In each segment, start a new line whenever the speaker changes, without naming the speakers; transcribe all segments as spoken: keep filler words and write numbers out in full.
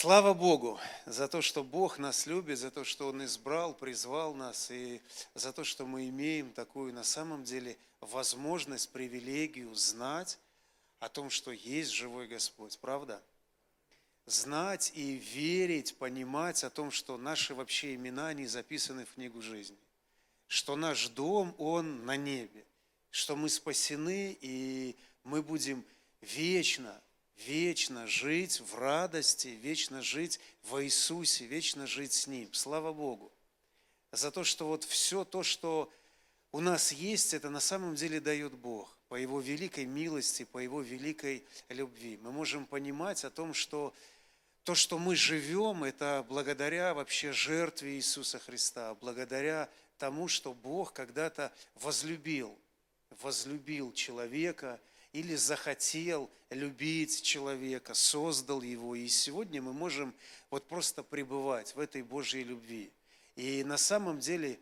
Слава Богу за то, что Бог нас любит, за то, что Он избрал, призвал нас, и за то, что мы имеем такую на самом деле возможность, привилегию знать о том, что есть живой Господь, правда? Знать и верить, понимать о том, что наши вообще имена, они записаны в книгу жизни, что наш дом, он на небе, что мы спасены, и мы будем вечно, вечно жить в радости, вечно жить во Иисусе, вечно жить с Ним. Слава Богу за то, что вот все то, что у нас есть, это на самом деле дает Бог по Его великой милости, по Его великой любви. Мы можем понимать о том, что то, что мы живем, это благодаря вообще жертве Иисуса Христа, благодаря тому, что Бог когда-то возлюбил, возлюбил человека или захотел любить человека, создал его. И сегодня мы можем вот просто пребывать в этой Божьей любви. И на самом деле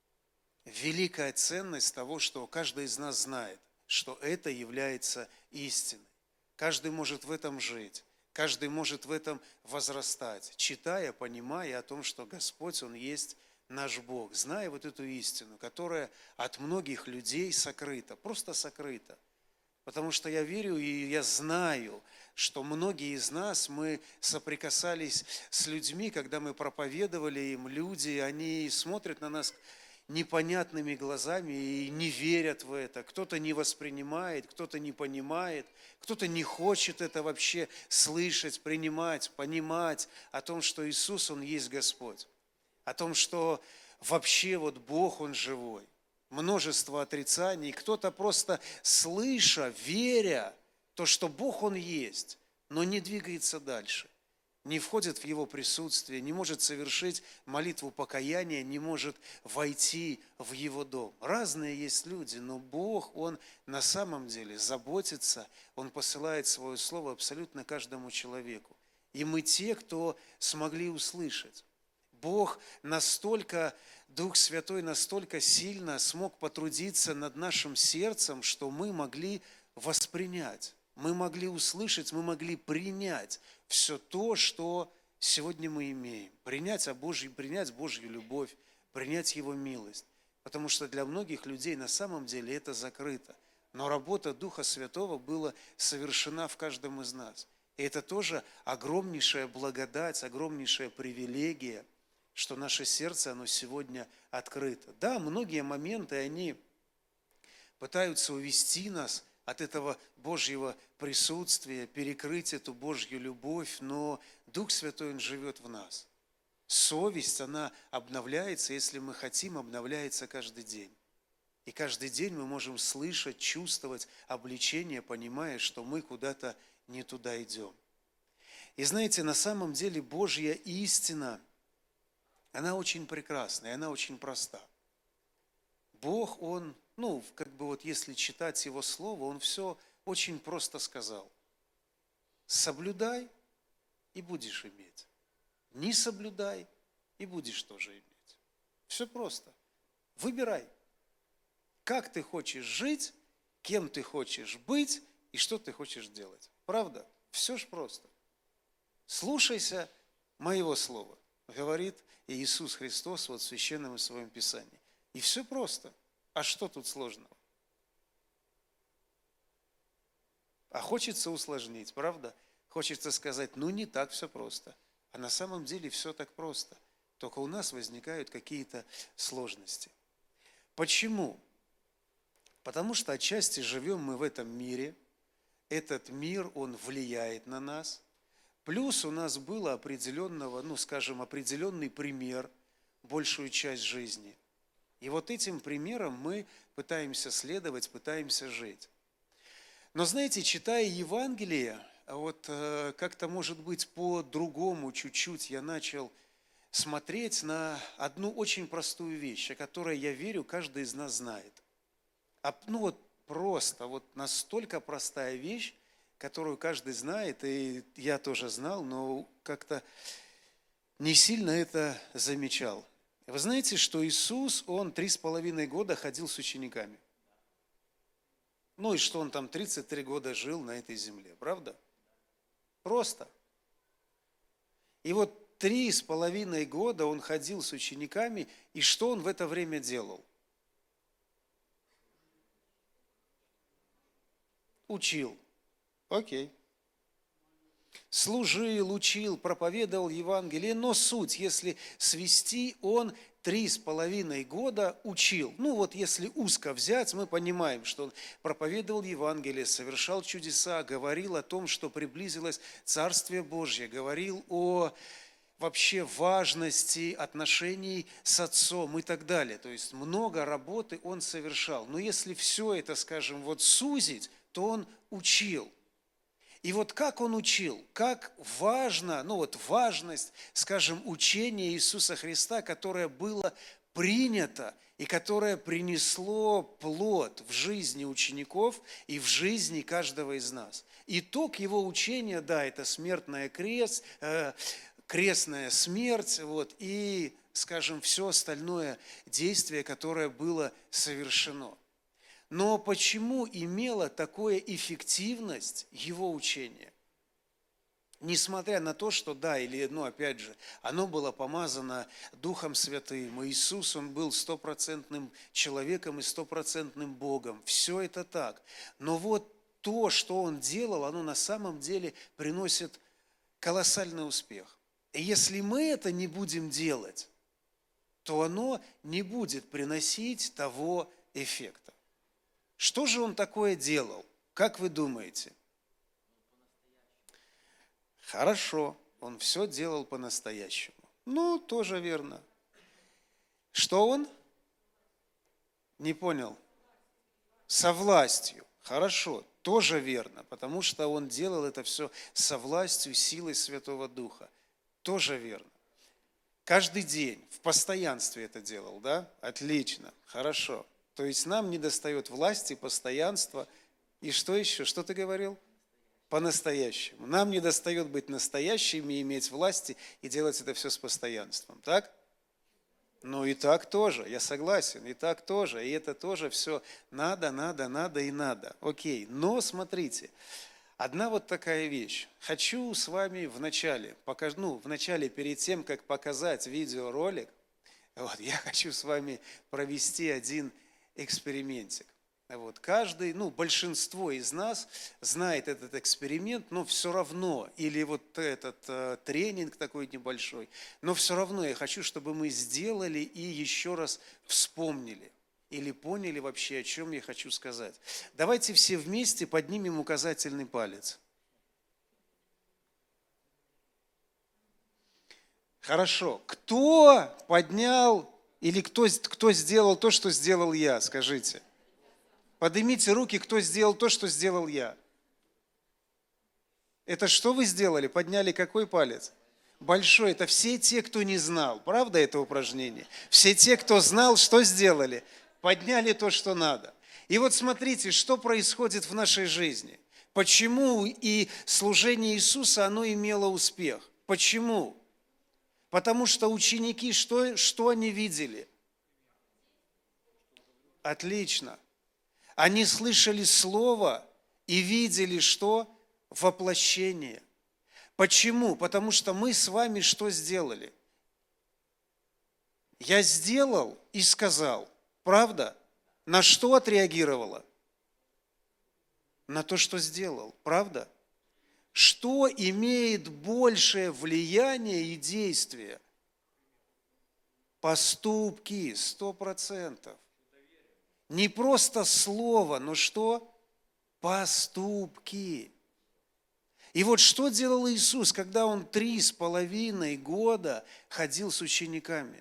великая ценность того, что каждый из нас знает, что это является истиной. Каждый может в этом жить. Каждый может в этом возрастать, читая, понимая о том, что Господь, Он есть наш Бог, зная вот эту истину, которая от многих людей сокрыта, просто сокрыта. Потому что я верю и я знаю, что многие из нас, мы соприкасались с людьми, когда мы проповедовали им, люди, они смотрят на нас непонятными глазами и не верят в это. Кто-то не воспринимает, кто-то не понимает, кто-то не хочет это вообще слышать, принимать, понимать о том, что Иисус, Он есть Господь, о том, что вообще вот Бог, Он живой. Множество отрицаний, кто-то просто слыша, веря, то, что Бог, Он есть, но не двигается дальше. Не входит в Его присутствие, не может совершить молитву покаяния, не может войти в Его дом. Разные есть люди, но Бог, Он на самом деле заботится, Он посылает Свое Слово абсолютно каждому человеку. И мы те, кто смогли услышать. Бог настолько, Дух Святой настолько сильно смог потрудиться над нашим сердцем, что мы могли воспринять. Мы могли услышать, мы могли принять все то, что сегодня мы имеем. Принять, о Божьей, принять Божью любовь, принять Его милость. Потому что для многих людей на самом деле это закрыто. Но работа Духа Святого была совершена в каждом из нас. И это тоже огромнейшая благодать, огромнейшая привилегия, что наше сердце, оно сегодня открыто. Да, многие моменты, они пытаются увести нас от этого Божьего присутствия, перекрыть эту Божью любовь, но Дух Святой, Он живет в нас. Совесть, она обновляется, если мы хотим, обновляется каждый день. И каждый день мы можем слышать, чувствовать обличение, понимая, что мы куда-то не туда идем. И знаете, на самом деле Божья истина, она очень прекрасна, и она очень проста. Бог, Он, ну, как бы вот если читать Его Слово, Он все очень просто сказал. Соблюдай, и будешь иметь. Не соблюдай, и будешь тоже иметь. Все просто. Выбирай, как ты хочешь жить, кем ты хочешь быть, и что ты хочешь делать. Правда? Все ж просто. Слушайся моего Слова, говорит Иисус Христос вот в Священном и Своем Писании. И все просто. А что тут сложного? А хочется усложнить, правда? Хочется сказать, ну не так все просто. А на самом деле все так просто. Только у нас возникают какие-то сложности. Почему? Потому что отчасти живем мы в этом мире. Этот мир, он влияет на нас. Плюс у нас был определенного, ну скажем, определенный пример, большую часть жизни. И вот этим примером мы пытаемся следовать, пытаемся жить. Но знаете, читая Евангелие, вот э, как-то, может быть, по-другому чуть-чуть я начал смотреть на одну очень простую вещь, о которой, я верю, каждый из нас знает. А, ну вот просто, вот настолько простая вещь, которую каждый знает, и я тоже знал, но как-то не сильно это замечал. Вы знаете, что Иисус, Он три с половиной года ходил с учениками. Ну и что Он там тридцать три года жил на этой земле, правда? Просто. И вот три с половиной года он ходил с учениками, и что он в это время делал? Учил. Окей. Служил, учил, проповедовал Евангелие, но суть, если свести, он три с половиной года учил. Ну вот если узко взять, мы понимаем, что он проповедовал Евангелие, совершал чудеса, говорил о том, что приблизилось Царствие Божье, говорил о вообще важности отношений с Отцом и так далее. То есть много работы он совершал. Но если все это, скажем, вот сузить, то он учил. И вот как он учил, как важно, ну вот важность, скажем, учения Иисуса Христа, которое было принято и которое принесло плод в жизни учеников и в жизни каждого из нас. Итог его учения, да, это смертная крест, э, крестная смерть, вот, и, скажем, все остальное действие, которое было совершено. Но почему имело такую эффективность его учение? Несмотря на то, что, да, или, ну, опять же, оно было помазано Духом Святым, Иисус, Он был стопроцентным человеком и стопроцентным Богом. Все это так. Но вот то, что Он делал, оно на самом деле приносит колоссальный успех. И если мы это не будем делать, то оно не будет приносить того эффекта. Что же он такое делал? Как вы думаете? Хорошо, он все делал по-настоящему. Ну, тоже верно. Что он? Не понял. Со властью. Хорошо, тоже верно, потому что он делал это все со властью, силой Святого Духа. Тоже верно. Каждый день, в постоянстве это делал, да? Отлично, хорошо. То есть нам недостает власти, постоянства. И что еще? Что ты говорил? По-настоящему. Нам недостает быть настоящими, иметь власти и делать это все с постоянством. Так? Ну и так тоже, я согласен, и так тоже. И это тоже все надо, надо, надо и надо. Окей, но смотрите, одна вот такая вещь. Хочу с вами вначале, покаж... ну, вначале перед тем, как показать видеоролик, вот, я хочу с вами провести один экспериментик. Вот, каждый, ну, большинство из нас знает этот эксперимент, но все равно, или вот этот э, тренинг такой небольшой, но все равно я хочу, чтобы мы сделали и еще раз вспомнили, или поняли вообще, о чем я хочу сказать. Давайте все вместе поднимем указательный палец. Хорошо. Кто поднял или кто, кто сделал то, что сделал я, скажите? Поднимите руки, кто сделал то, что сделал я. Это что вы сделали? Подняли какой палец? Большой. Это все те, кто не знал. Правда это упражнение? Все те, кто знал, что сделали? Подняли то, что надо. И вот смотрите, что происходит в нашей жизни. Почему и служение Иисуса, оно имело успех? Почему? Потому что ученики, что, что они видели? Отлично. Они слышали Слово и видели что? Воплощение. Почему? Потому что мы с вами что сделали? Я сделал и сказал. Правда? На что отреагировала? На то, что сделал. Правда? Что имеет большее влияние и действие? Поступки, сто процентов. Не просто слово, но что? Поступки. И вот что делал Иисус, когда Он три с половиной года ходил с учениками?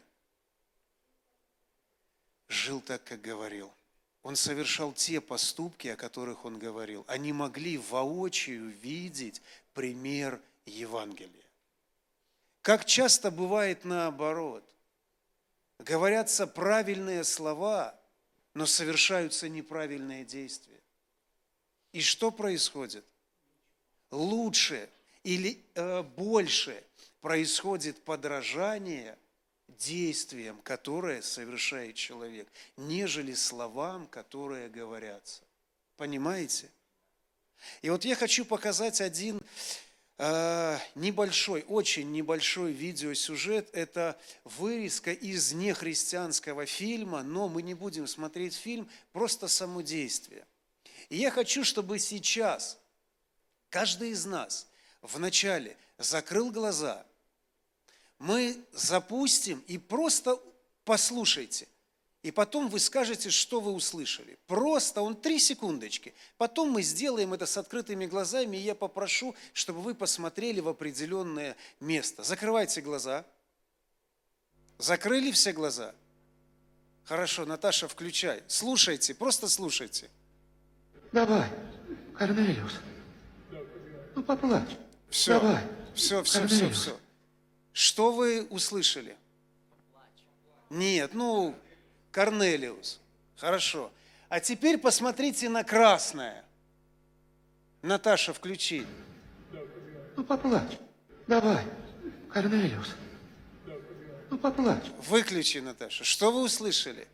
Жил так, как говорил. Он совершал те поступки, о которых Он говорил. Они могли воочию видеть пример Евангелия. Как часто бывает наоборот. Говорятся правильные слова, но совершаются неправильные действия. И что происходит? Лучше или э, больше происходит подражание действиям, которые совершает человек, нежели словам, которые говорятся. Понимаете? И вот я хочу показать один э, небольшой, очень небольшой видеосюжет. Это вырезка из нехристианского фильма, но мы не будем смотреть фильм, просто само действие. И я хочу, чтобы сейчас каждый из нас вначале закрыл глаза. Мы запустим и просто послушайте. И потом вы скажете, что вы услышали. Просто он три секундочки. Потом мы сделаем это с открытыми глазами, и я попрошу, чтобы вы посмотрели в определенное место. Закрывайте глаза. Закрыли все глаза? Хорошо, Наташа, включай. Слушайте, просто слушайте.
Давай, Корнелиус, ну поплачь.
Все,
Давай,
все, все, все,
Корнелиус.
все. Что вы услышали? Нет, ну, Корнелиус. Хорошо. А теперь посмотрите на красное. Наташа, включи.
Ну поплачь. Давай, Корнелиус, ну поплачь.
Выключи, Наташа. Что вы услышали?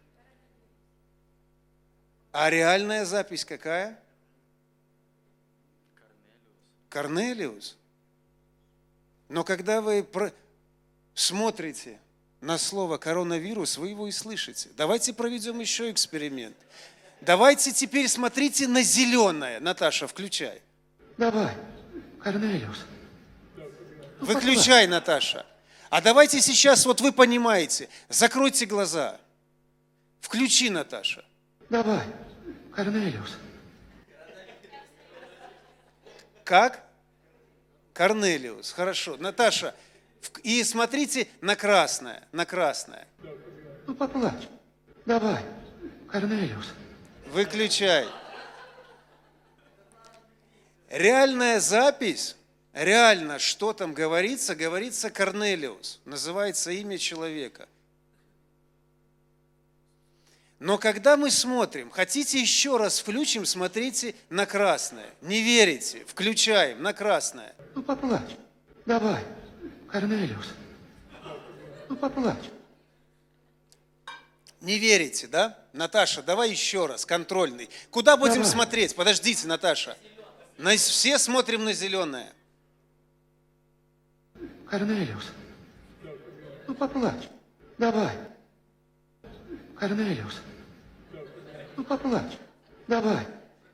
А реальная запись какая? Корнелиус. Но когда вы про... смотрите на слово коронавирус, вы его и слышите. Давайте проведем еще эксперимент. Давайте теперь смотрите на зеленое. Наташа, включай.
Давай, Корнелиус. Ну,
Выключай, Наташа. А давайте сейчас, вот вы понимаете, закройте глаза. Включи, Наташа.
Давай, Корнелиус.
Как? Корнелиус. Хорошо. Наташа, в- и смотрите на красное, на красное.
Ну поплачь. Давай, Корнелиус.
Выключай. Реальная запись, реально, что там говорится, говорится Корнелиус, называется имя человека. Но когда мы смотрим, хотите еще раз включим, смотрите на красное. Не верите, включаем на красное.
Ну поплачь. Давай, Корнелиус. Ну поплачь.
Не верите, да? Наташа, давай еще раз, контрольный. Куда будем
Давай.
смотреть? Подождите, Наташа. На- все смотрим на зеленое.
Корнелиус. Ну поплачь. Давай. Корнелиус. Ну поплачь. Давай.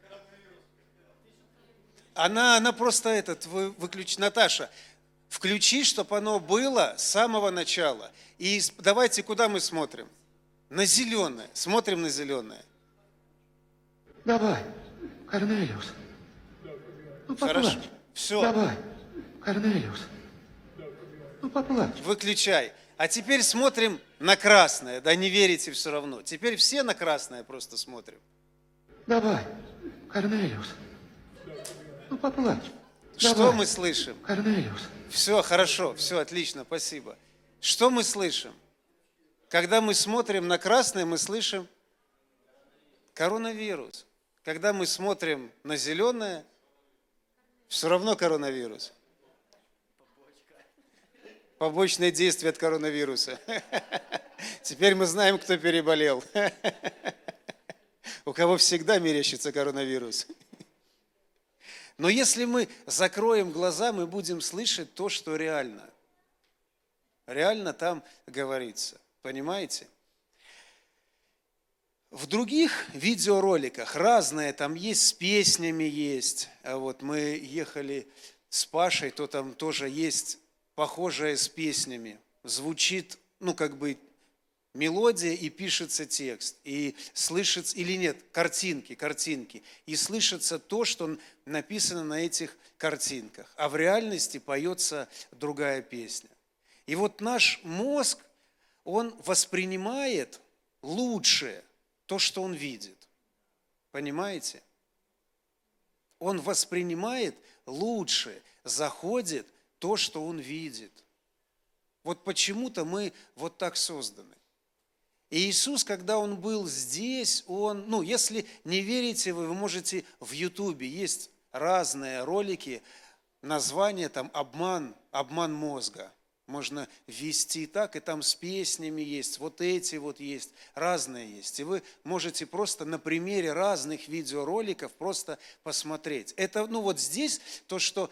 Она, она просто этот, вы, выключи, Наташа, включи, чтобы оно было с самого начала. И с- давайте, куда мы смотрим? На зеленое. Смотрим на зеленое.
Давай, Корнелиус. Ну
Хорошо.
поплачь.
Все,
Давай, Корнелиус. Ну поплачь.
выключай. А теперь смотрим на красное. Да не верите все равно. Теперь все на красное просто смотрим.
Давай, Корнелиус. Ну поплачь.
Что
Давай,
мы слышим?
Корнелиус.
Все, хорошо, все, отлично, спасибо. Что мы слышим? Когда мы смотрим на красное, мы слышим коронавирус. Когда мы смотрим на зеленое, все равно коронавирус. Побочное действие от коронавируса. Теперь мы знаем, кто переболел. У кого всегда мерещится коронавирус. Но если мы закроем глаза, мы будем слышать то, что реально. Реально там говорится. Понимаете? В других видеороликах разные, там есть с песнями есть. А вот мы ехали с Пашей, то там тоже есть похожее с песнями. Звучит, ну как бы мелодия и пишется текст. И слышится, или нет, картинки, картинки. И слышится то, что написано на этих картинках. А в реальности поется другая песня. И вот наш мозг, он воспринимает лучшее то, что он видит. Понимаете? Он воспринимает лучшее, заходит то, что он видит. Вот почему-то мы вот так созданы. И Иисус, когда Он был здесь, Он, ну, если не верите, вы, вы можете в Ютубе, есть разные ролики, название там «Обман, обман мозга». Можно ввести так, и там с песнями есть, вот эти вот есть, разные есть. И вы можете просто на примере разных видеороликов просто посмотреть. Это, ну вот здесь то, что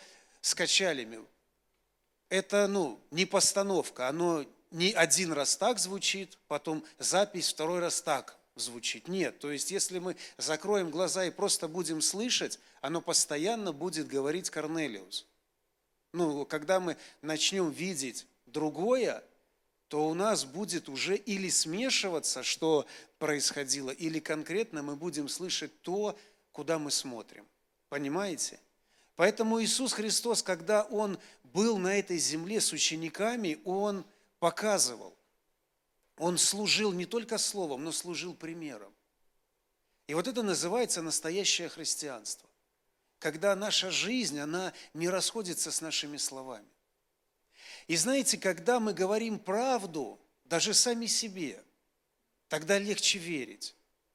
с качелями. Это, ну, не постановка, оно не один раз так звучит, потом запись второй раз так звучит. Нет, то есть если мы закроем глаза и просто будем слышать, оно постоянно будет говорить Корнелиус. Ну, когда мы начнем видеть другое, то у нас будет уже или смешиваться, что происходило, или конкретно мы будем слышать то, куда мы смотрим. Понимаете? Поэтому Иисус Христос, когда Он был на этой земле с учениками, Он показывал, Он служил не только словом, но служил примером. И вот это называется настоящее христианство. Когда наша жизнь, она не расходится с нашими словами. И знаете, когда мы говорим правду, даже сами себе, тогда легче верить.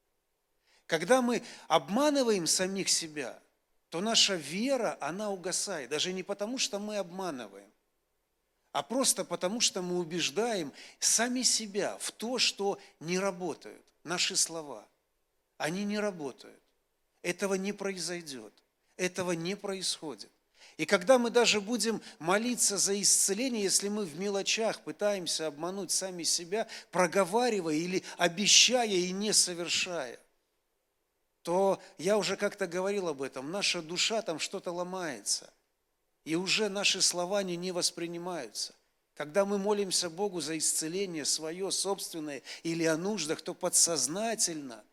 Когда мы обманываем самих себя, то наша вера, она угасает. Даже не потому, что мы обманываем, а просто потому, что мы убеждаем сами себя в то, что не работают наши слова. Они не работают. Этого не произойдет. Этого не происходит. И когда мы даже будем молиться за исцеление, если мы в мелочах пытаемся обмануть сами себя, проговаривая или обещая и не совершая, то я уже как-то говорил об этом, наша душа там что-то ломается, и уже наши слова они не воспринимаются. Когда мы молимся Богу за исцеление свое, собственное или о нуждах, то подсознательно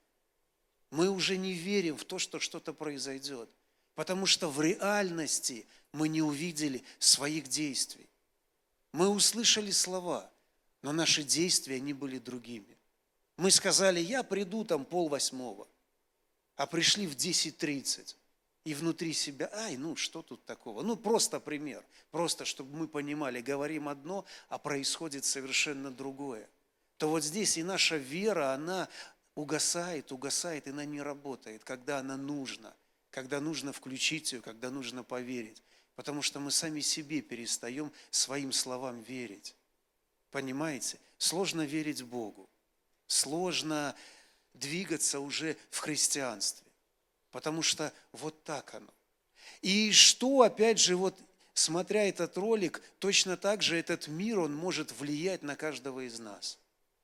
мы уже не верим в то, что что-то произойдет, потому что в реальности мы не увидели своих действий. Мы услышали слова, но наши действия, они были другими. Мы сказали, я приду там полвосьмого, а пришли в десять тридцать. И внутри себя, ай, ну что тут такого? Ну просто пример, просто чтобы мы понимали, говорим одно, а происходит совершенно другое. То вот здесь и наша вера, она угасает, угасает, и она не работает, когда она нужна, когда нужно включить ее, когда нужно поверить. Потому что мы сами себе перестаем своим словам верить. Понимаете? Сложно верить Богу, сложно двигаться уже в христианстве. Потому что вот так оно. И что, опять же, вот смотря этот ролик, точно так же этот мир, он может влиять на каждого из нас.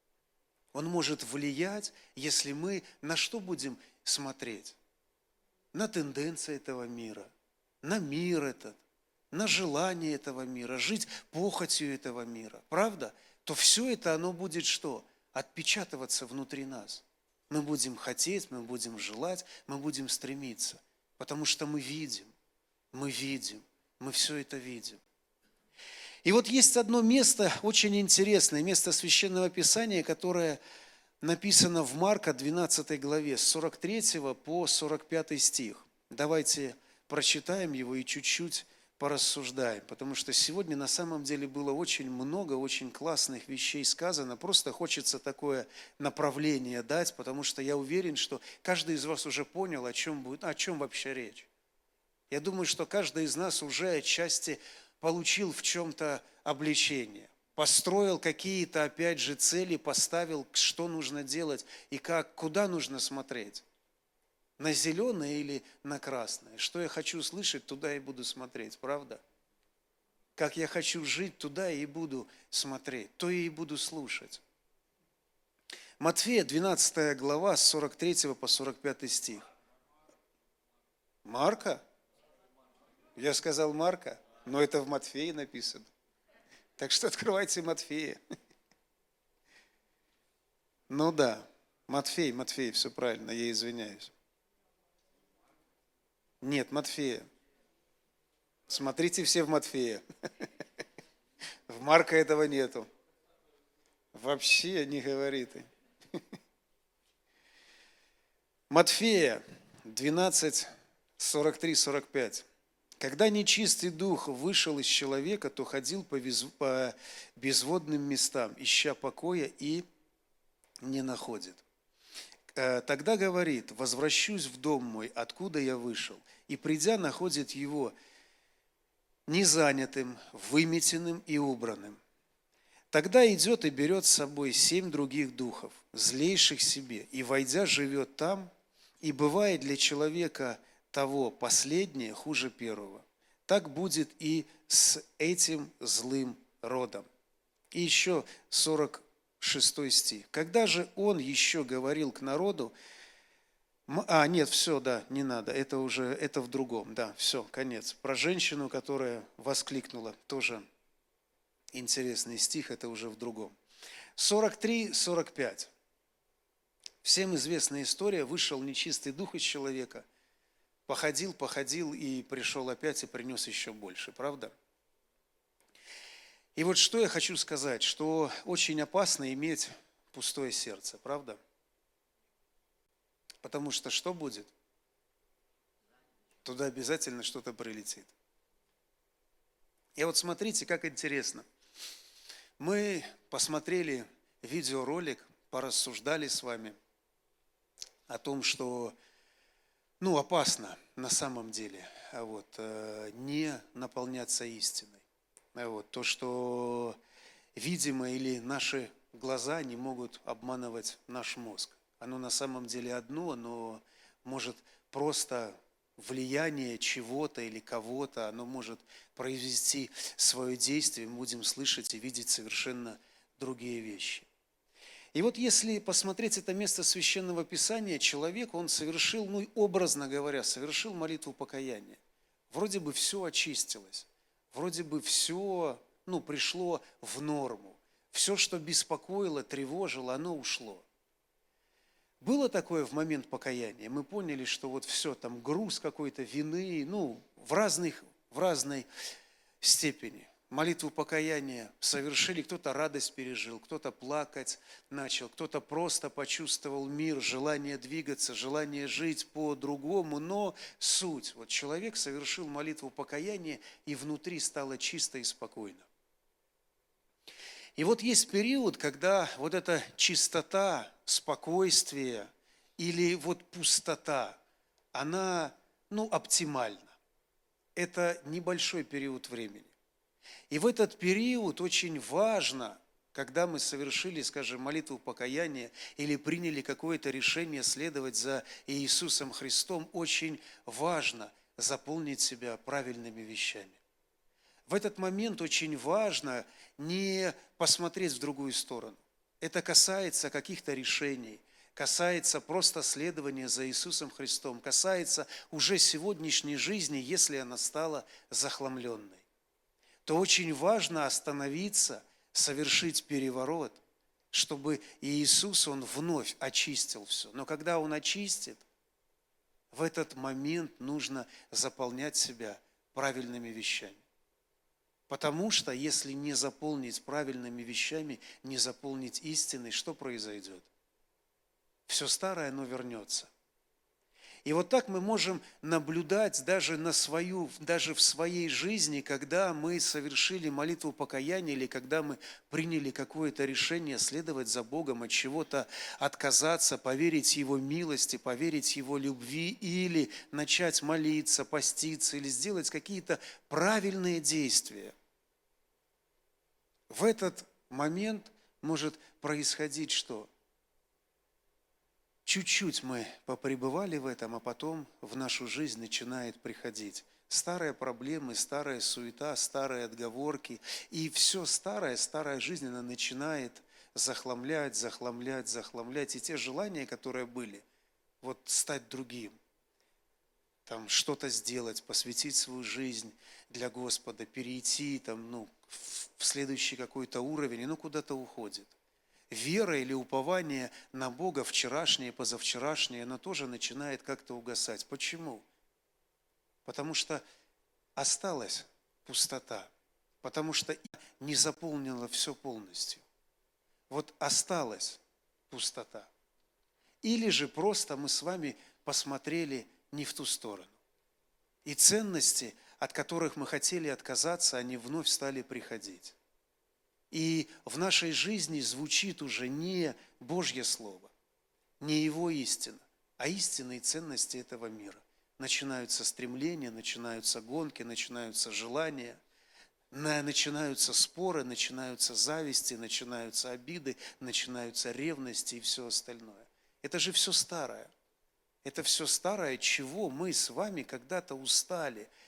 Он может влиять, если мы на что будем смотреть? На тенденции этого мира, на мир этот, на желание этого мира, жить похотью этого мира. Правда? То все это, оно будет что? Отпечатываться внутри нас. Мы будем хотеть, мы будем желать, мы будем стремиться, потому что мы видим, мы видим, мы все это видим. И вот есть одно место, очень интересное, место Священного Писания, которое написано в Марка двенадцатой главе, с сорок третьего по сорок пятый стих. Давайте прочитаем его и чуть-чуть порассуждаем, потому что сегодня на самом деле было очень много, очень классных вещей сказано. Просто хочется такое направление дать, потому что я уверен, что каждый из вас уже понял, о чем будет, о чем вообще речь. Я думаю, что каждый из нас уже отчасти получил в чем-то обличение, построил какие-то, опять же, цели, поставил, что нужно делать и как, куда нужно смотреть. На зеленое или на красное? Что я хочу слышать, туда и буду смотреть, правда? Как я хочу жить, туда и буду смотреть, то и буду слушать. Матфея, двенадцатая глава, с сорок третьего по сорок пятый стих. Марка? Я сказал Марка, но это в Матфея написано. Так что открывайте Матфея. Ну да, Матфей, Матфей, все правильно, я извиняюсь. Нет, Матфея. Смотрите все в Матфея. В Марка этого нету. Вообще не говорит. Матфея двенадцать, сорок три сорок пять. Когда нечистый дух вышел из человека, то ходил по безводным местам, ища покоя, и не находит. Тогда говорит, возвращусь в дом мой, откуда я вышел, и придя, находит его незанятым, выметенным и убранным. Тогда идет и берет с собой семь других духов, злейших себе, и, войдя, живет там, и бывает для человека того последнее хуже первого. так будет и с этим злым родом. И еще сорок шестой стих. Когда же он еще говорил к народу, а, нет, все, да, не надо, это уже, это в другом, да, все, конец. Про женщину, которая воскликнула, тоже интересный стих, это уже в другом. сорок три сорок пять. Всем известная история, вышел нечистый дух из человека, походил, походил и пришел опять и принес еще больше, правда? И вот что я хочу сказать, что очень опасно иметь пустое сердце, правда? Потому что что будет? Туда обязательно что-то прилетит. И вот смотрите, как интересно. Мы посмотрели видеоролик, порассуждали с вами о том, что ну, опасно на самом деле вот, не наполняться истиной. Вот, то, что видимо или наши глаза не могут обманывать наш мозг. Оно на самом деле одно, но может просто влияние чего-то или кого-то, оно может произвести свое действие, мы будем слышать и видеть совершенно другие вещи. И вот если посмотреть это место Священного Писания, человек, он совершил, ну образно говоря, совершил молитву покаяния. Вроде бы все очистилось, вроде бы все, ну, пришло в норму. Все, что беспокоило, тревожило, оно ушло. Было такое в момент покаяния, мы поняли, что вот все, там груз какой-то вины, ну, в, разных, в разной степени. Молитву покаяния совершили, кто-то радость пережил, кто-то плакать начал, кто-то просто почувствовал мир, желание двигаться, желание жить по-другому, но суть. Вот человек совершил молитву покаяния, и внутри стало чисто и спокойно. И вот есть период, когда вот эта чистота, спокойствие или вот пустота, она, ну, оптимальна. Это небольшой период времени. И в этот период очень важно, когда мы совершили, скажем, молитву покаяния или приняли какое-то решение следовать за Иисусом Христом, очень важно заполнить себя правильными вещами. В этот момент очень важно не посмотреть в другую сторону. Это касается каких-то решений, касается просто следования за Иисусом Христом, касается уже сегодняшней жизни, если она стала захламленной. То очень важно остановиться, совершить переворот, чтобы Иисус, Он вновь очистил все. Но когда Он очистит, в этот момент нужно заполнять себя правильными вещами. Потому что если не заполнить правильными вещами, не заполнить истиной, что произойдет? Все старое, оно вернется. И вот так мы можем наблюдать даже, на свою, даже в своей жизни, когда мы совершили молитву покаяния или когда мы приняли какое-то решение следовать за Богом, от чего-то отказаться, поверить Его милости, поверить Его любви или начать молиться, поститься или сделать какие-то правильные действия. В этот момент может происходить что? Чуть-чуть мы попребывали в этом, а потом в нашу жизнь начинает приходить старые проблемы, старая суета, старые отговорки. И все старое, старая жизнь, она начинает захламлять, захламлять, захламлять. И те желания, которые были, вот стать другим, там что-то сделать, посвятить свою жизнь для Господа, перейти там, ну, в следующий какой-то уровень, и ну куда-то уходит. Вера или упование на Бога вчерашнее, позавчерашнее, оно тоже начинает как-то угасать. Почему? Потому что осталась пустота, потому что не заполнила все полностью. Вот осталась пустота. Или же просто мы с вами посмотрели не в ту сторону. И ценности, от которых мы хотели отказаться, они вновь стали приходить. И в нашей жизни звучит уже не Божье Слово, не Его истина, а истинные ценности этого мира. Начинаются стремления, начинаются гонки, начинаются желания, начинаются споры, начинаются зависти, начинаются обиды, начинаются ревности и все остальное. Это же все старое. Это все старое, чего мы с вами когда-то устали.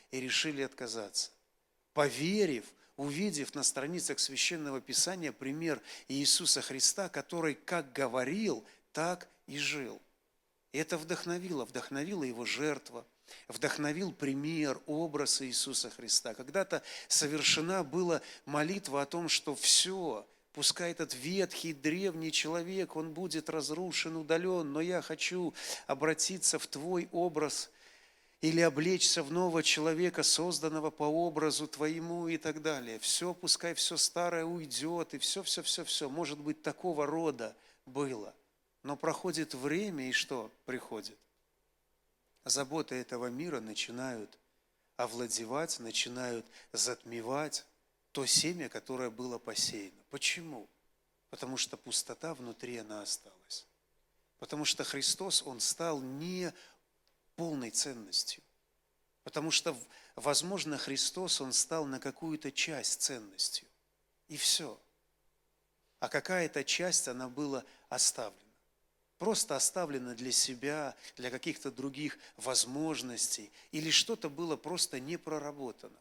и решили отказаться. Поверив, увидев на страницах Священного Писания пример Иисуса Христа, который как говорил, так и жил. И это вдохновило, вдохновила его жертва, вдохновил пример, образ Иисуса Христа. Когда-то совершена была молитва о том, что все, пускай этот ветхий, древний человек, он будет разрушен, удален, но я хочу обратиться в Твой образ или облечься в нового человека, созданного по образу Твоему и так далее. Все, пускай все старое уйдет, и все, все, все, все. Может быть, такого рода было. Но проходит время, и что приходит? Заботы этого мира начинают овладевать, начинают затмевать то семя, которое было посеяно. Почему? Потому что пустота внутри, она осталась. Потому что Христос, Он стал не полной ценностью. Потому что, возможно, Христос, Он стал на какую-то часть ценностью. И все. А какая-то часть, она была оставлена. Просто оставлена для себя, для каких-то других возможностей. Или что-то было просто не проработано.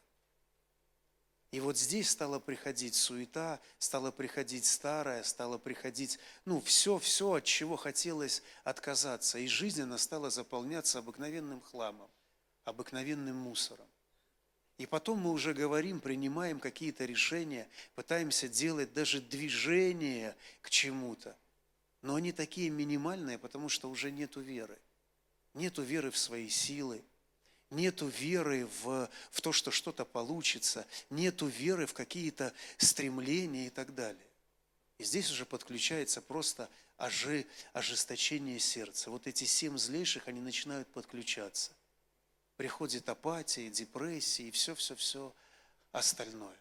И вот здесь стала приходить суета, стала приходить старое, стала приходить, ну, все-все, от чего хотелось отказаться. И жизнь, она стала заполняться обыкновенным хламом, обыкновенным мусором. И потом мы уже говорим, принимаем какие-то решения, пытаемся делать даже движение к чему-то. Но они такие минимальные, потому что уже нету веры. Нету веры в свои силы. Нету веры в, в то, что что-то получится, нету веры в какие-то стремления и так далее. И здесь уже подключается просто ожи, ожесточение сердца. Вот эти семь злейших, они начинают подключаться. Приходит апатия, депрессия и все-все-все остальное.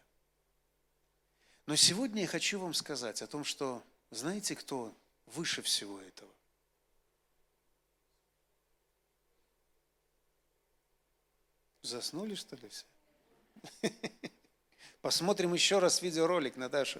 Но сегодня я хочу вам сказать о том, что знаете, кто выше всего этого? Заснули, что ли, все? Посмотрим еще раз видеоролик, Наташа.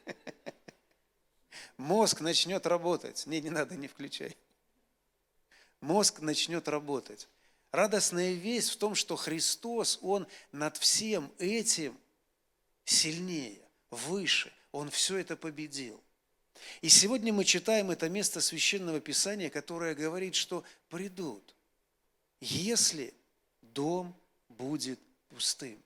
Мозг начнет работать. Не, не надо, не включай. Мозг начнет работать. Радостная весть в том, что Христос, Он над всем этим сильнее, выше. Он все это победил. И сегодня мы читаем это место Священного Писания, которое говорит, что придут, если дом будет пустым.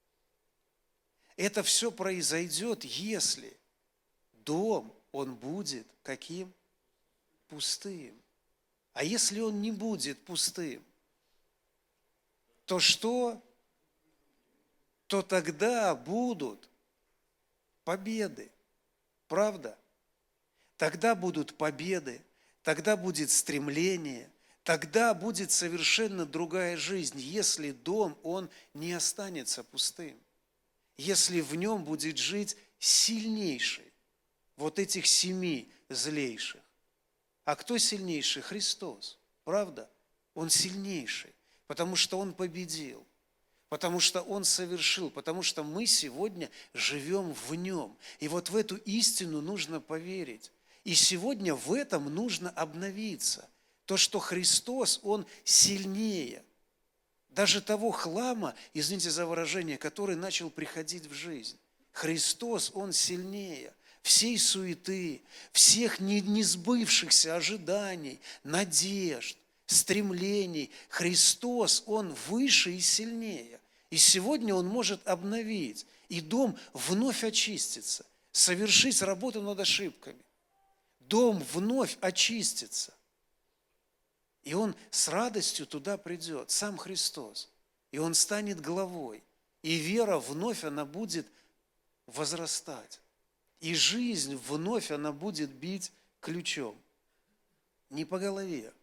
Это все произойдет, если дом, он будет каким? Пустым. А если он не будет пустым, то что? То тогда будут победы. Правда? Тогда будут победы, тогда будет стремление, тогда будет совершенно другая жизнь, если дом, он не останется пустым, если в нем будет жить сильнейший, вот этих семи злейших. А кто сильнейший? Христос, правда? Он сильнейший, потому что Он победил, потому что Он совершил, потому что мы сегодня живем в Нем. И вот в эту истину нужно поверить. И сегодня в этом нужно обновиться. То, что Христос, Он сильнее даже того хлама, извините за выражение, который начал приходить в жизнь. Христос, Он сильнее всей суеты, всех несбывшихся ожиданий, надежд, стремлений. Христос, Он выше и сильнее. И сегодня Он может обновить, и дом вновь очистится, совершить работу над ошибками. Дом вновь очистится. И он с радостью туда придет, сам Христос. И он станет главой. И вера вновь, она будет возрастать. И жизнь вновь, она будет бить ключом. Не по голове.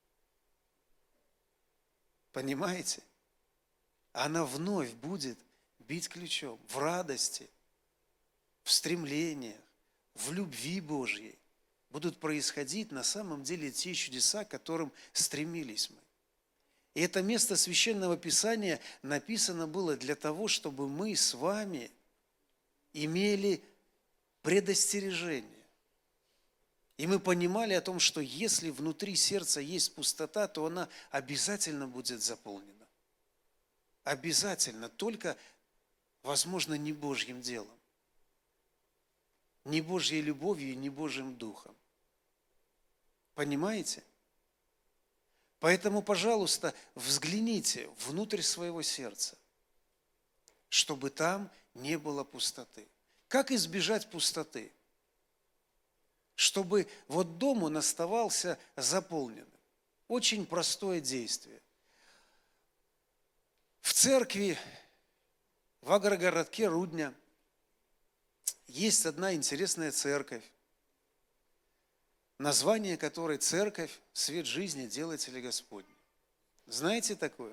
Понимаете? Она вновь будет бить ключом. В радости, в стремлениях, в любви Божьей. Будут происходить на самом деле те чудеса, к которым стремились мы. И это место Священного Писания написано было для того, чтобы мы с вами имели предостережение. И мы понимали о том, что если внутри сердца есть пустота, то она обязательно будет заполнена. обязательно, только, возможно, не Божьим делом, не Божьей любовью, не Божьим духом. Понимаете? Поэтому, пожалуйста, взгляните внутрь своего сердца, чтобы там не было пустоты. Как избежать пустоты? Чтобы вот дом он оставался заполненным. Очень простое действие. В церкви в агрогородке Рудня есть одна интересная церковь, название которой «Церковь, свет жизни, делатели Господни». Знаете такое?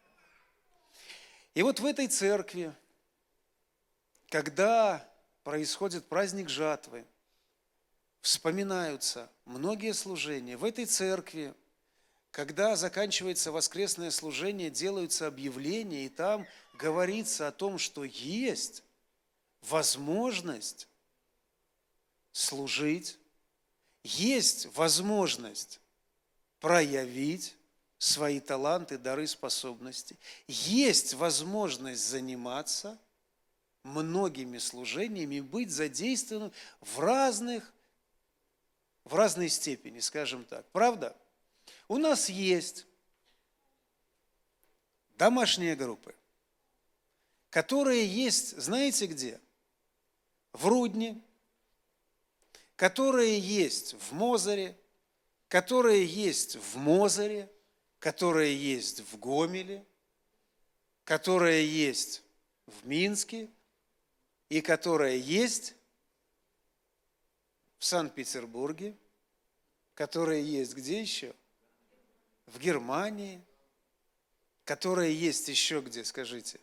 И вот в этой церкви, когда происходит праздник жатвы, вспоминаются многие служения. В этой церкви, когда заканчивается воскресное служение, делаются объявления, и там говорится о том, что есть возможность служить, есть возможность проявить свои таланты, дары, способности, есть возможность заниматься многими служениями, быть задействованным в разных, в разной степени, скажем так. Правда? У нас есть домашние группы, которые есть, знаете где? В Рудне, которые есть в Мозыре, которые есть в Мозыре, которые есть в Гомеле, которые есть в Минске и которые есть в Санкт-Петербурге, которые есть где еще? В Германии, которые есть еще где, скажите?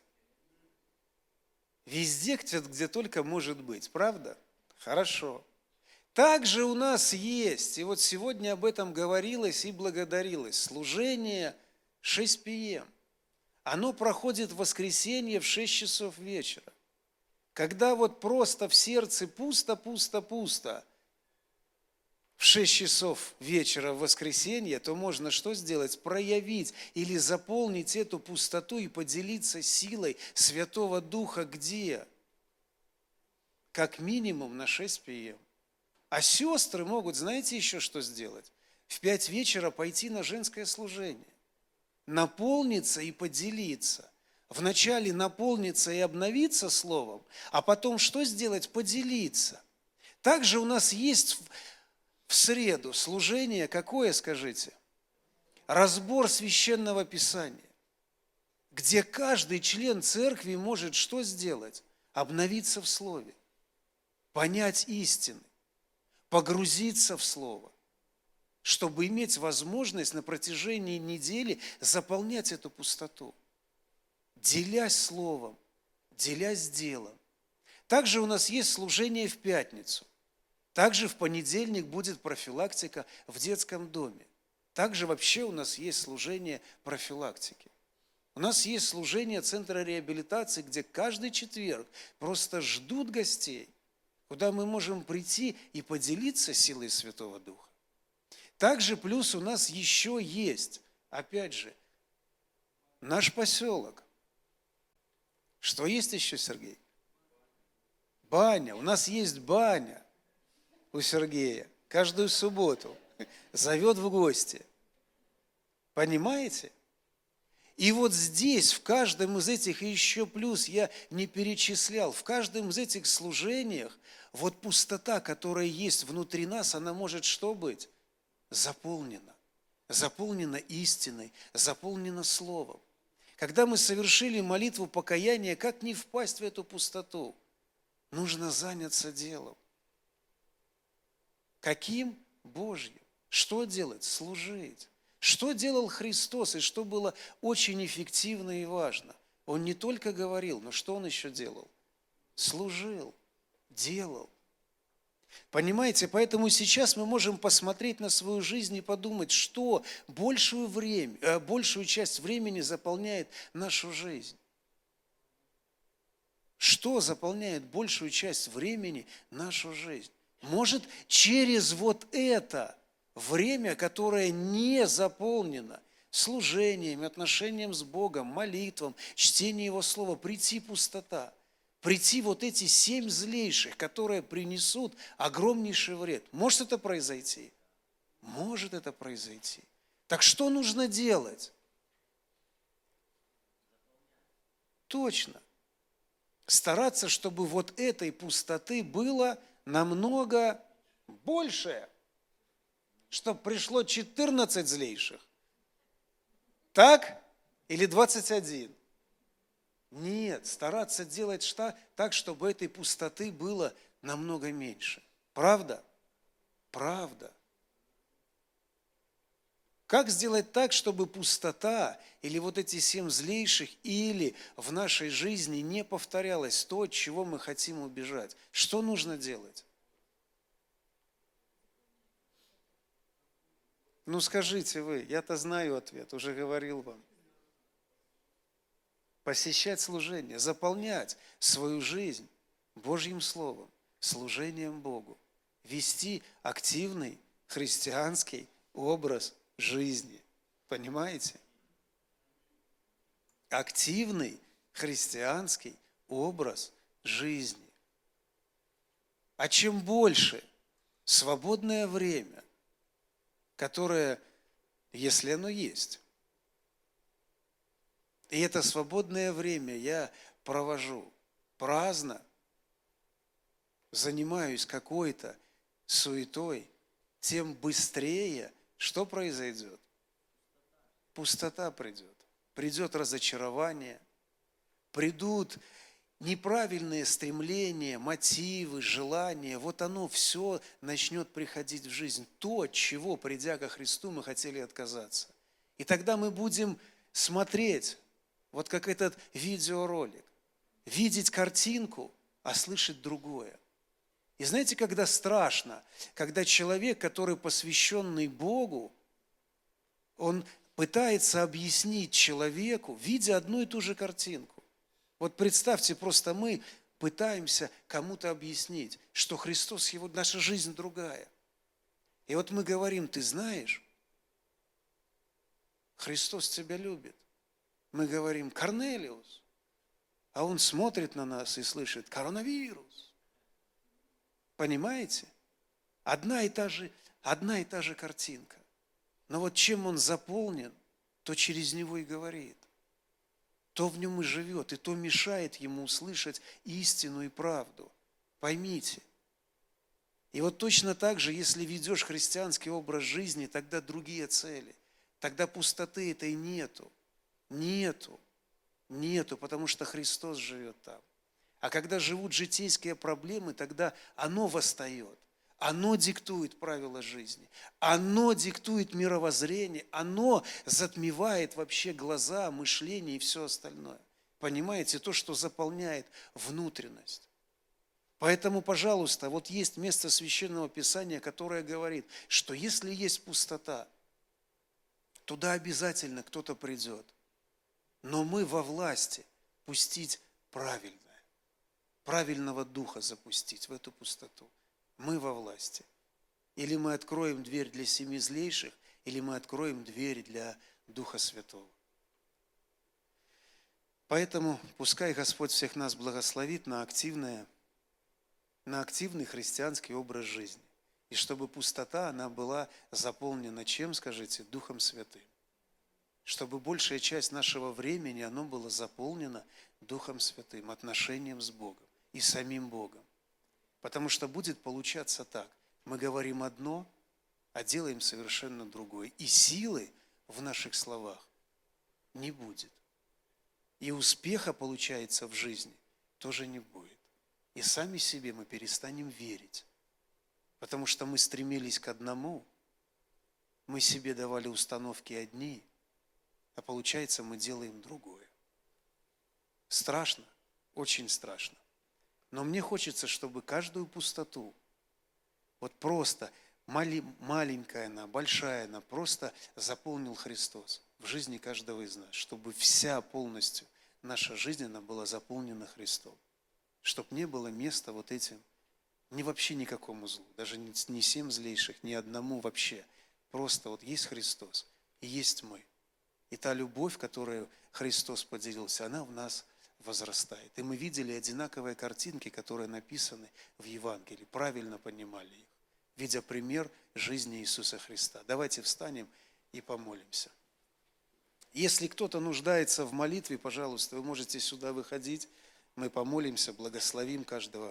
Везде, где, где только может быть, правда? Хорошо. Также у нас есть, и вот сегодня об этом говорилось и благодарилось, служение шесть пэ эм. Оно проходит в воскресенье в шесть часов вечера. Когда вот просто в сердце пусто, пусто, пусто, в шесть часов вечера в воскресенье, то можно что сделать? Проявить или заполнить эту пустоту и поделиться силой Святого Духа где? Как минимум на шесть пэ эм. А сестры могут, знаете, еще что сделать? В пять вечера пойти на женское служение, наполниться и поделиться. Вначале наполниться и обновиться словом, а потом что сделать? Поделиться. Также у нас есть в среду служение, какое, скажите? Разбор священного писания, где каждый член церкви может что сделать? Обновиться в слове, понять истины, погрузиться в Слово, чтобы иметь возможность на протяжении недели заполнять эту пустоту, делясь Словом, делясь делом. Также у нас есть служение в пятницу. Также в понедельник будет профилактика в детском доме. Также вообще у нас есть служение профилактики. У нас есть служение Центра реабилитации, где каждый четверг просто ждут гостей, куда мы можем прийти и поделиться силой Святого Духа. Также плюс у нас еще есть, опять же, наш поселок. Что есть еще, Сергей? Баня. У нас есть баня у Сергея. Каждую субботу зовет в гости. Понимаете? И вот здесь, в каждом из этих, и еще плюс, я не перечислял, в каждом из этих служениях, вот пустота, которая есть внутри нас, она может что быть? Заполнена. Заполнена истиной, заполнена словом. Когда мы совершили молитву покаяния, как не впасть в эту пустоту? Нужно заняться делом. Каким? Божьим. Что делать? Служить. Что делал Христос и что было очень эффективно и важно? Он не только говорил, но что Он еще делал? Служил, делал. Понимаете, поэтому сейчас мы можем посмотреть на свою жизнь и подумать, что большую, время, большую часть времени заполняет нашу жизнь. Что заполняет большую часть времени нашу жизнь? Может, через вот это время, которое не заполнено служением, отношением с Богом, молитвам, чтением Его Слова, прийти пустота, прийти вот эти семь злейших, которые принесут огромнейший вред. Может это произойти? Может это произойти. Так что нужно делать? Точно. Стараться, чтобы вот этой пустоты было намного больше, чтобы пришло четырнадцать злейших. Так? Или двадцать один? Нет, стараться делать так, чтобы этой пустоты было намного меньше. Правда? Правда. Как сделать так, чтобы пустота или вот эти семь злейших или в нашей жизни не повторялось то, от чего мы хотим убежать? Что нужно делать? Ну скажите вы, я-то знаю ответ, уже говорил вам. Посещать служение, заполнять свою жизнь Божьим Словом, служением Богу, вести активный христианский образ жизни. Понимаете? Активный христианский образ жизни. А чем больше свободное время, которое, если оно есть, и это свободное время я провожу праздно, занимаюсь какой-то суетой, тем быстрее что произойдет? Пустота придет. Придет разочарование, придут неправильные стремления, мотивы, желания. Вот оно все начнет приходить в жизнь. То, от чего, придя ко Христу, мы хотели отказаться. И тогда мы будем смотреть, вот как этот видеоролик, видеть картинку, а слышать другое. И знаете, когда страшно, когда человек, который посвященный Богу, он пытается объяснить человеку, видя одну и ту же картинку. Вот представьте, просто мы пытаемся кому-то объяснить, что Христос, его, наша жизнь другая. И вот мы говорим, ты знаешь, Христос тебя любит. Мы говорим, Корнелиус, а он смотрит на нас и слышит, коронавирус. Понимаете? Одна и та же, одна и та же картинка. Но вот чем он заполнен, то через него и говорит. То в нем и живет, и то мешает ему услышать истину и правду. Поймите. И вот точно так же, если ведешь христианский образ жизни, тогда другие цели. Тогда пустоты этой нету. Нету. Нету, потому что Христос живет там. А когда живут житейские проблемы, тогда оно восстает. Оно диктует правила жизни. Оно диктует мировоззрение. Оно затмевает вообще глаза, мышление и все остальное. Понимаете? То, что заполняет внутренность. Поэтому, пожалуйста, вот есть место Священного Писания, которое говорит, что если есть пустота, туда обязательно кто-то придет. Но мы во власти пустить правильное, правильного духа запустить в эту пустоту. Мы во власти. Или мы откроем дверь для семи злейших, или мы откроем дверь для Духа Святого. Поэтому пускай Господь всех нас благословит на активное, на активный христианский образ жизни. И чтобы пустота, она была заполнена чем, скажите, Духом Святым. Чтобы большая часть нашего времени, оно было заполнено Духом Святым, отношением с Богом и самим Богом. Потому что будет получаться так. Мы говорим одно, а делаем совершенно другое. И силы в наших словах не будет. И успеха, получается, в жизни тоже не будет. И сами себе мы перестанем верить. Потому что мы стремились к одному, мы себе давали установки одни, а получается, мы делаем другое. Страшно, очень страшно. Но мне хочется, чтобы каждую пустоту, вот просто мали, маленькая она, большая она, просто заполнил Христос в жизни каждого из нас, чтобы вся полностью наша жизнь она была заполнена Христом, чтобы не было места вот этим, ни вообще никакому злу, даже не семь злейших, ни одному вообще. Просто вот есть Христос и есть мы. И та любовь, которую Христос поделился, она в нас возрастает. И мы видели одинаковые картинки, которые написаны в Евангелии, правильно понимали их, видя пример жизни Иисуса Христа. Давайте встанем и помолимся. Если кто-то нуждается в молитве, пожалуйста, вы можете сюда выходить. Мы помолимся, благословим каждого.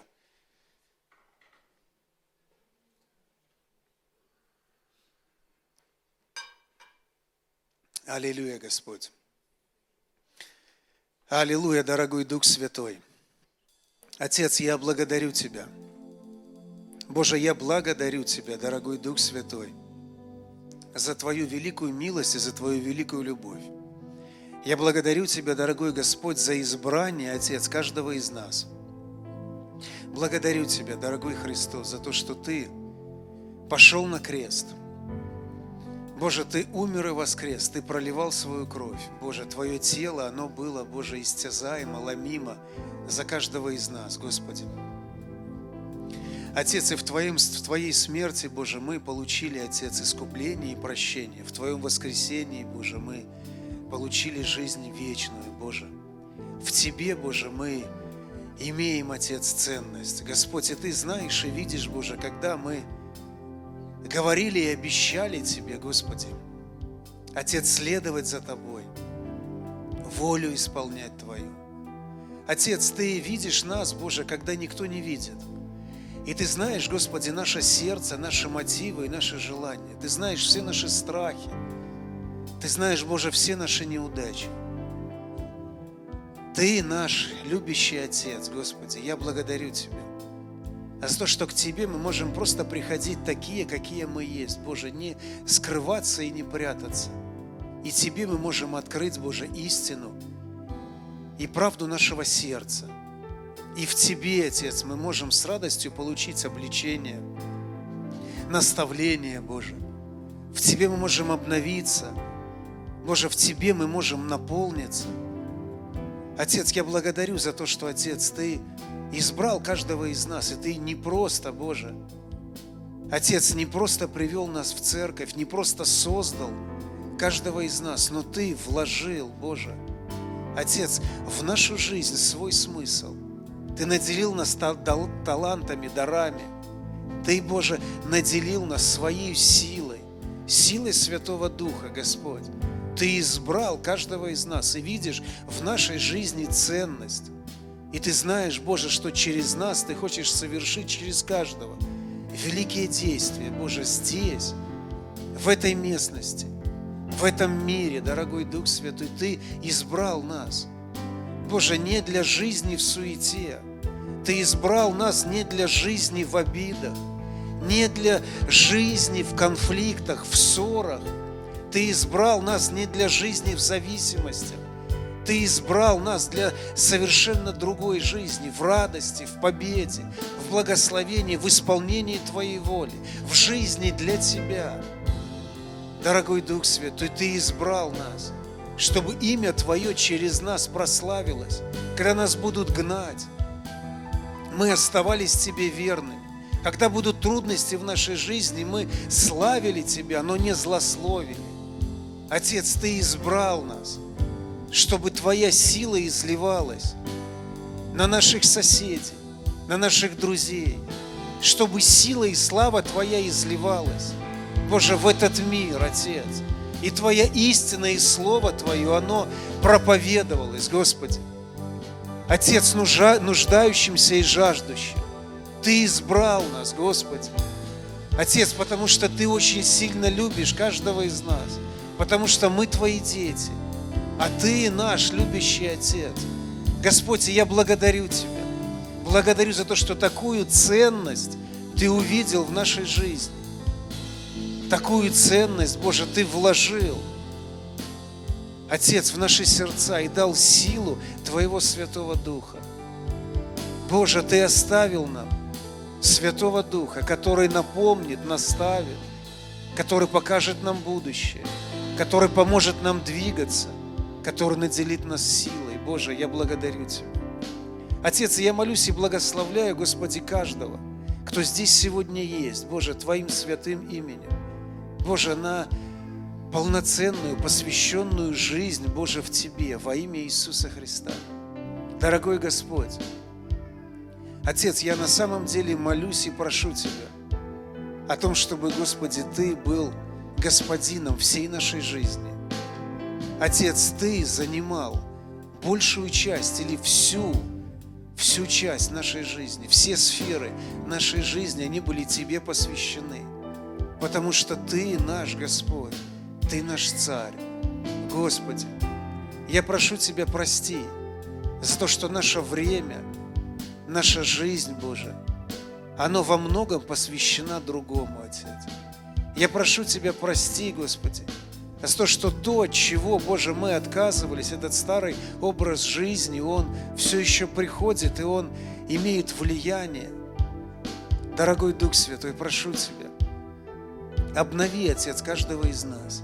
Аллилуйя, Господь. Аллилуйя, дорогой Дух Святой. Отец, я благодарю Тебя. Боже, я благодарю Тебя, дорогой Дух Святой, за Твою великую милость и за Твою великую любовь. Я благодарю Тебя, дорогой Господь, за избрание, Отец, каждого из нас. Благодарю Тебя, дорогой Христос, за то, что Ты пошел на крест. Боже, Ты умер и воскрес, Ты проливал свою кровь. Боже, Твое тело, оно было, Боже, истязаемо, ломимо за каждого из нас, Господи. Отец, и в, Твоем, в Твоей смерти, Боже, мы получили, Отец, искупление и прощение. В Твоем воскресении, Боже, мы получили жизнь вечную, Боже. В Тебе, Боже, мы имеем, Отец, ценность. Господь, и Ты знаешь и видишь, Боже, когда мы говорили и обещали Тебе, Господи, Отец, следовать за Тобой, волю исполнять Твою. Отец, Ты видишь нас, Боже, когда никто не видит. И Ты знаешь, Господи, наше сердце, наши мотивы и наши желания. Ты знаешь все наши страхи. Ты знаешь, Боже, все наши неудачи. Ты наш любящий Отец, Господи, я благодарю Тебя. А за то, что к Тебе мы можем просто приходить такие, какие мы есть, Боже, не скрываться и не прятаться. И Тебе мы можем открыть, Боже, истину и правду нашего сердца. И в Тебе, Отец, мы можем с радостью получить обличение, наставление, Боже. В Тебе мы можем обновиться. Боже, в Тебе мы можем наполниться. Отец, я благодарю за то, что, Отец, Ты избрал каждого из нас, и Ты не просто, Боже, Отец, не просто привел нас в церковь, не просто создал каждого из нас, но Ты вложил, Боже, Отец, в нашу жизнь свой смысл. Ты наделил нас талантами, дарами. Ты, Боже, наделил нас своей силой, силой Святого Духа, Господь. Ты избрал каждого из нас и видишь в нашей жизни ценность. И Ты знаешь, Боже, что через нас Ты хочешь совершить через каждого великие действия, Боже, здесь, в этой местности, в этом мире, дорогой Дух Святой. Ты избрал нас, Боже, не для жизни в суете. Ты избрал нас не для жизни в обидах, не для жизни в конфликтах, в ссорах. Ты избрал нас не для жизни в зависимостях. Ты избрал нас для совершенно другой жизни, в радости, в победе, в благословении, в исполнении Твоей воли, в жизни для Тебя. Дорогой Дух Святой, Ты избрал нас, чтобы имя Твое через нас прославилось, когда нас будут гнать. Мы оставались Тебе верными. Когда будут трудности в нашей жизни, мы славили Тебя, но не злословили. Отец, Ты избрал нас, чтобы Твоя сила изливалась на наших соседей, на наших друзей, чтобы сила и слава Твоя изливалась, Боже, в этот мир, Отец. И Твоя истина и Слово Твое, оно проповедовалось, Господи. Отец, нуждающимся и жаждущим. Ты избрал нас, Господи. Отец, потому что Ты очень сильно любишь каждого из нас, потому что мы Твои дети, а Ты наш любящий Отец. Господь, я благодарю Тебя. Благодарю за то, что такую ценность Ты увидел в нашей жизни. Такую ценность, Боже, Ты вложил, Отец, в наши сердца и дал силу Твоего Святого Духа. Боже, Ты оставил нам Святого Духа, который напомнит, наставит, который покажет нам будущее, который поможет нам двигаться, который наделит нас силой. Боже, я благодарю Тебя. Отец, я молюсь и благословляю, Господи, каждого, кто здесь сегодня есть, Боже, Твоим святым именем. Боже, на полноценную, посвященную жизнь, Боже, в Тебе, во имя Иисуса Христа. Дорогой Господь, Отец, я на самом деле молюсь и прошу Тебя о том, чтобы, Господи, Ты был Господином всей нашей жизни. Отец, Ты занимал большую часть или всю, всю часть нашей жизни, все сферы нашей жизни, они были Тебе посвящены, потому что Ты наш Господь, Ты наш Царь. Господи, я прошу Тебя, прости за то, что наше время, наша жизнь, Боже, оно во многом посвящено другому, Отец. Я прошу Тебя, прости, Господи, за то, что то, от чего, Боже, мы отказывались, этот старый образ жизни, он все еще приходит, и он имеет влияние. Дорогой Дух Святой, прошу Тебя, обнови, Отец, каждого из нас.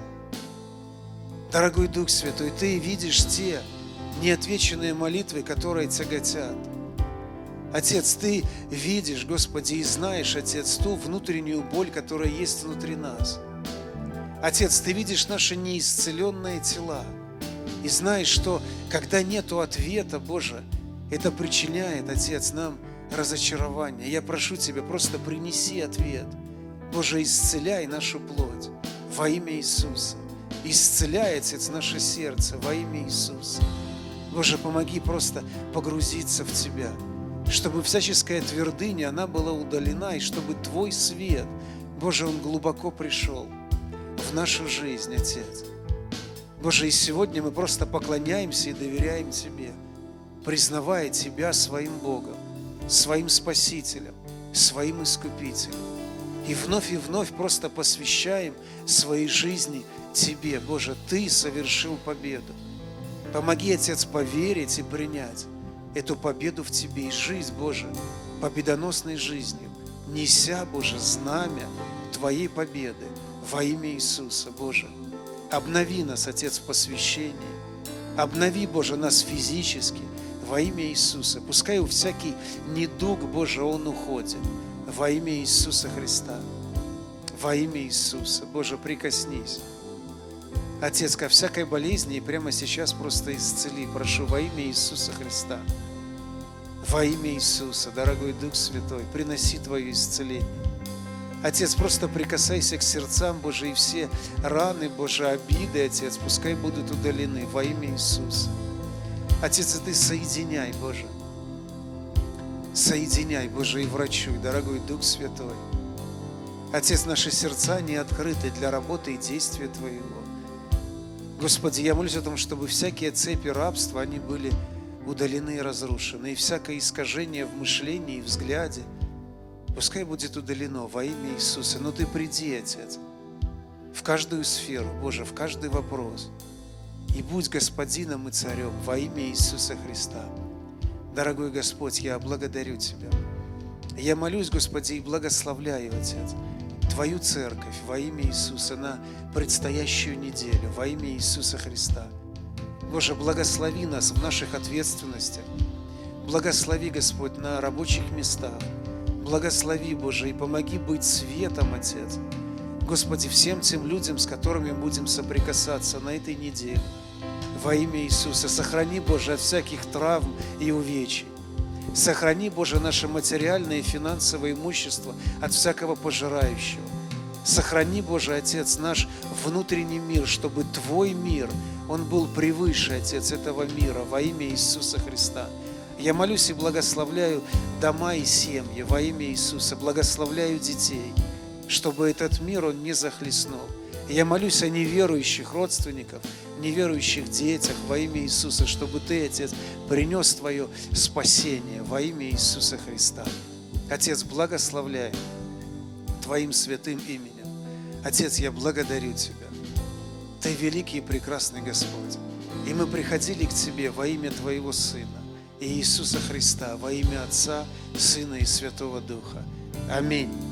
Дорогой Дух Святой, Ты видишь те неотвеченные молитвы, которые тяготят. Отец, Ты видишь, Господи, и знаешь, Отец, ту внутреннюю боль, которая есть внутри нас. Отец, Ты видишь наши неисцеленные тела и знаешь, что когда нету ответа, Боже, это причиняет, Отец, нам разочарование. Я прошу Тебя, просто принеси ответ. Боже, исцеляй нашу плоть во имя Иисуса. Исцеляй, Отец, наше сердце во имя Иисуса. Боже, помоги просто погрузиться в Тебя, чтобы всяческая твердыня, она была удалена, и чтобы Твой свет, Боже, он глубоко пришел в нашу жизнь, Отец. Боже, и сегодня мы просто поклоняемся и доверяем Тебе, признавая Тебя своим Богом, своим Спасителем, своим Искупителем. И вновь и вновь просто посвящаем своей жизни Тебе. Боже, Ты совершил победу. Помоги, Отец, поверить и принять эту победу в Тебе и жизнь, Боже, победоносной жизнью, неся, Боже, знамя Твоей победы во имя Иисуса, Боже. Обнови нас, Отец, в посвящении. Обнови, Боже, нас физически во имя Иисуса. Пускай у всякий недуг, Боже, он уходит во имя Иисуса Христа. Во имя Иисуса. Боже, прикоснись, Отец, ко всякой болезни и прямо сейчас просто исцели. Прошу во имя Иисуса Христа. Во имя Иисуса, дорогой Дух Святой, приноси Твое исцеление. Отец, просто прикасайся к сердцам, Боже, и все раны, Боже, обиды, Отец, пускай будут удалены во имя Иисуса. Отец, и Ты соединяй, Боже. Соединяй, Боже, и врачуй, дорогой Дух Святой. Отец, наши сердца не открыты для работы и действия Твоего. Господи, я молюсь о том, чтобы всякие цепи рабства, они были удалены и разрушены, и всякое искажение в мышлении и взгляде, пускай будет удалено во имя Иисуса. Но Ты приди, Отец, в каждую сферу, Боже, в каждый вопрос, и будь Господином и Царем во имя Иисуса Христа. Дорогой Господь, я благодарю Тебя. Я молюсь, Господи, и благословляю, Отец, Твою церковь во имя Иисуса на предстоящую неделю, во имя Иисуса Христа. Боже, благослови нас в наших ответственностях. Благослови, Господь, на рабочих местах. Благослови, Боже, и помоги быть светом, Отец. Господи, всем тем людям, с которыми будем соприкасаться на этой неделе. Во имя Иисуса. Сохрани, Боже, от всяких травм и увечий. Сохрани, Боже, наше материальное и финансовое имущество от всякого пожирающего. Сохрани, Боже, Отец, наш внутренний мир, чтобы Твой мир, он был превыше, Отец, этого мира во имя Иисуса Христа. Я молюсь и благословляю дома и семьи во имя Иисуса. Благословляю детей, чтобы этот мир, он не захлестнул. Я молюсь о неверующих родственниках, неверующих детях во имя Иисуса, чтобы Ты, Отец, принес Твое спасение во имя Иисуса Христа. Отец, благословляй Твоим святым именем. Отец, я благодарю Тебя. Ты великий и прекрасный Господь. И мы приходили к Тебе во имя Твоего Сына, Иисуса Христа, во имя Отца, Сына и Святого Духа. Аминь.